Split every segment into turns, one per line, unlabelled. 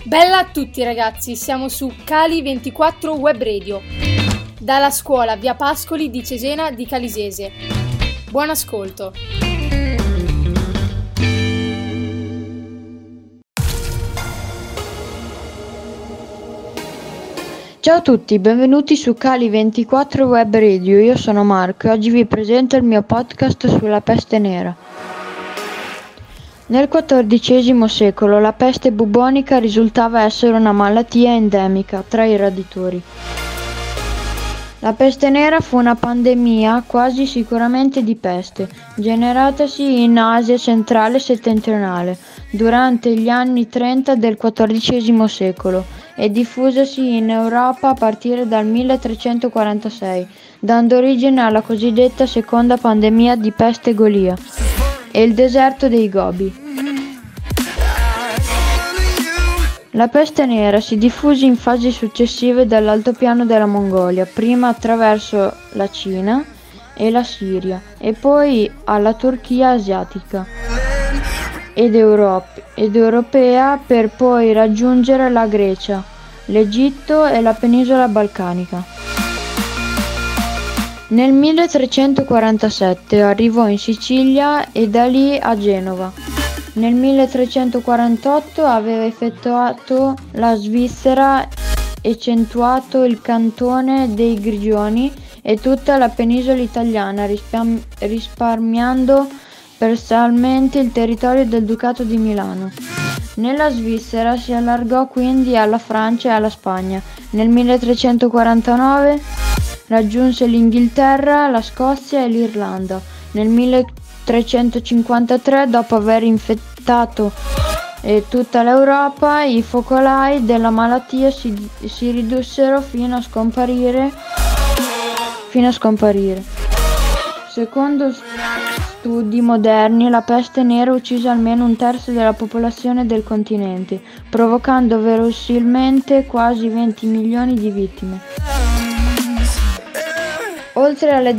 Bella a tutti ragazzi, siamo su Cali 24 Web Radio, dalla scuola Via Pascoli di Cesena di Calisese. Buon ascolto!
Ciao a tutti, benvenuti su Cali 24 Web Radio, io sono Marco e oggi vi presento il mio podcast sulla peste nera. Nel XIV secolo la peste bubonica risultava essere una malattia endemica tra i roditori. La peste nera fu una pandemia quasi sicuramente di peste, generatasi in Asia centrale e settentrionale durante gli anni 30 del XIV secolo e diffusasi in Europa a partire dal 1346, dando origine alla cosiddetta seconda pandemia di peste Golia e il deserto dei Gobi. La peste nera si diffuse in fasi successive dall'altopiano della Mongolia, prima attraverso la Cina e la Siria e poi alla Turchia asiatica ed europea per poi raggiungere la Grecia, l'Egitto e la penisola balcanica. Nel 1347 arrivò in Sicilia e da lì a Genova. Nel 1348 aveva effettuato la Svizzera, accentuato il cantone dei Grigioni e tutta la penisola italiana, risparmiando parzialmente il territorio del Ducato di Milano. Nella Svizzera si allargò quindi alla Francia e alla Spagna. Nel 1349 raggiunse l'Inghilterra, la Scozia e l'Irlanda. Nel 1353, dopo aver infettato tutta l'Europa, i focolai della malattia si ridussero fino a scomparire. Secondo studi moderni, la peste nera uccise almeno un terzo della popolazione del continente, provocando verosimilmente quasi 20 milioni di vittime. Oltre alle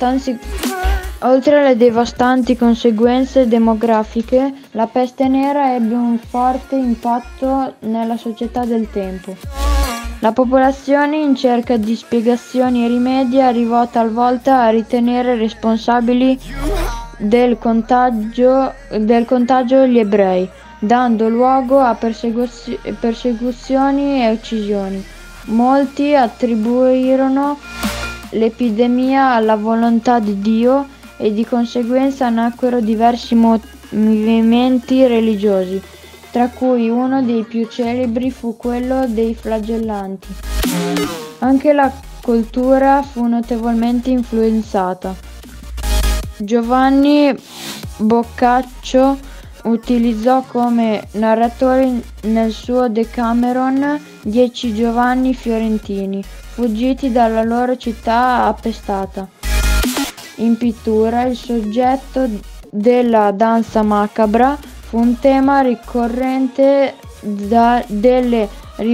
devastanti conseguenze demografiche, la peste nera ebbe un forte impatto nella società del tempo. La popolazione, in cerca di spiegazioni e rimedi, arrivò talvolta a ritenere responsabili del contagio gli ebrei, dando luogo a persecuzioni e uccisioni. Molti attribuirono l'epidemia alla volontà di Dio e di conseguenza nacquero diversi movimenti religiosi, tra cui uno dei più celebri fu quello dei flagellanti. Anche la cultura fu notevolmente influenzata. Giovanni Boccaccio utilizzò come narratori nel suo Decameron 10 giovani fiorentini, fuggiti dalla loro città appestata. In pittura, il soggetto della danza macabra fu un tema ricorrente delle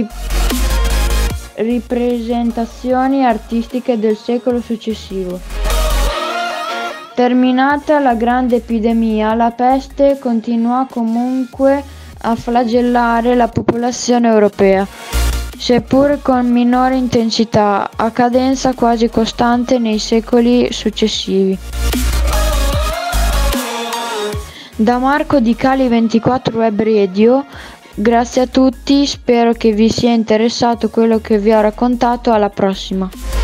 ripresentazioni artistiche del secolo successivo. Terminata la grande epidemia, la peste continuò comunque a flagellare la popolazione europea, seppur con minore intensità, a cadenza quasi costante nei secoli successivi. Da Marco di Cali 24 Web Radio, grazie a tutti, spero che vi sia interessato quello che vi ho raccontato, alla prossima!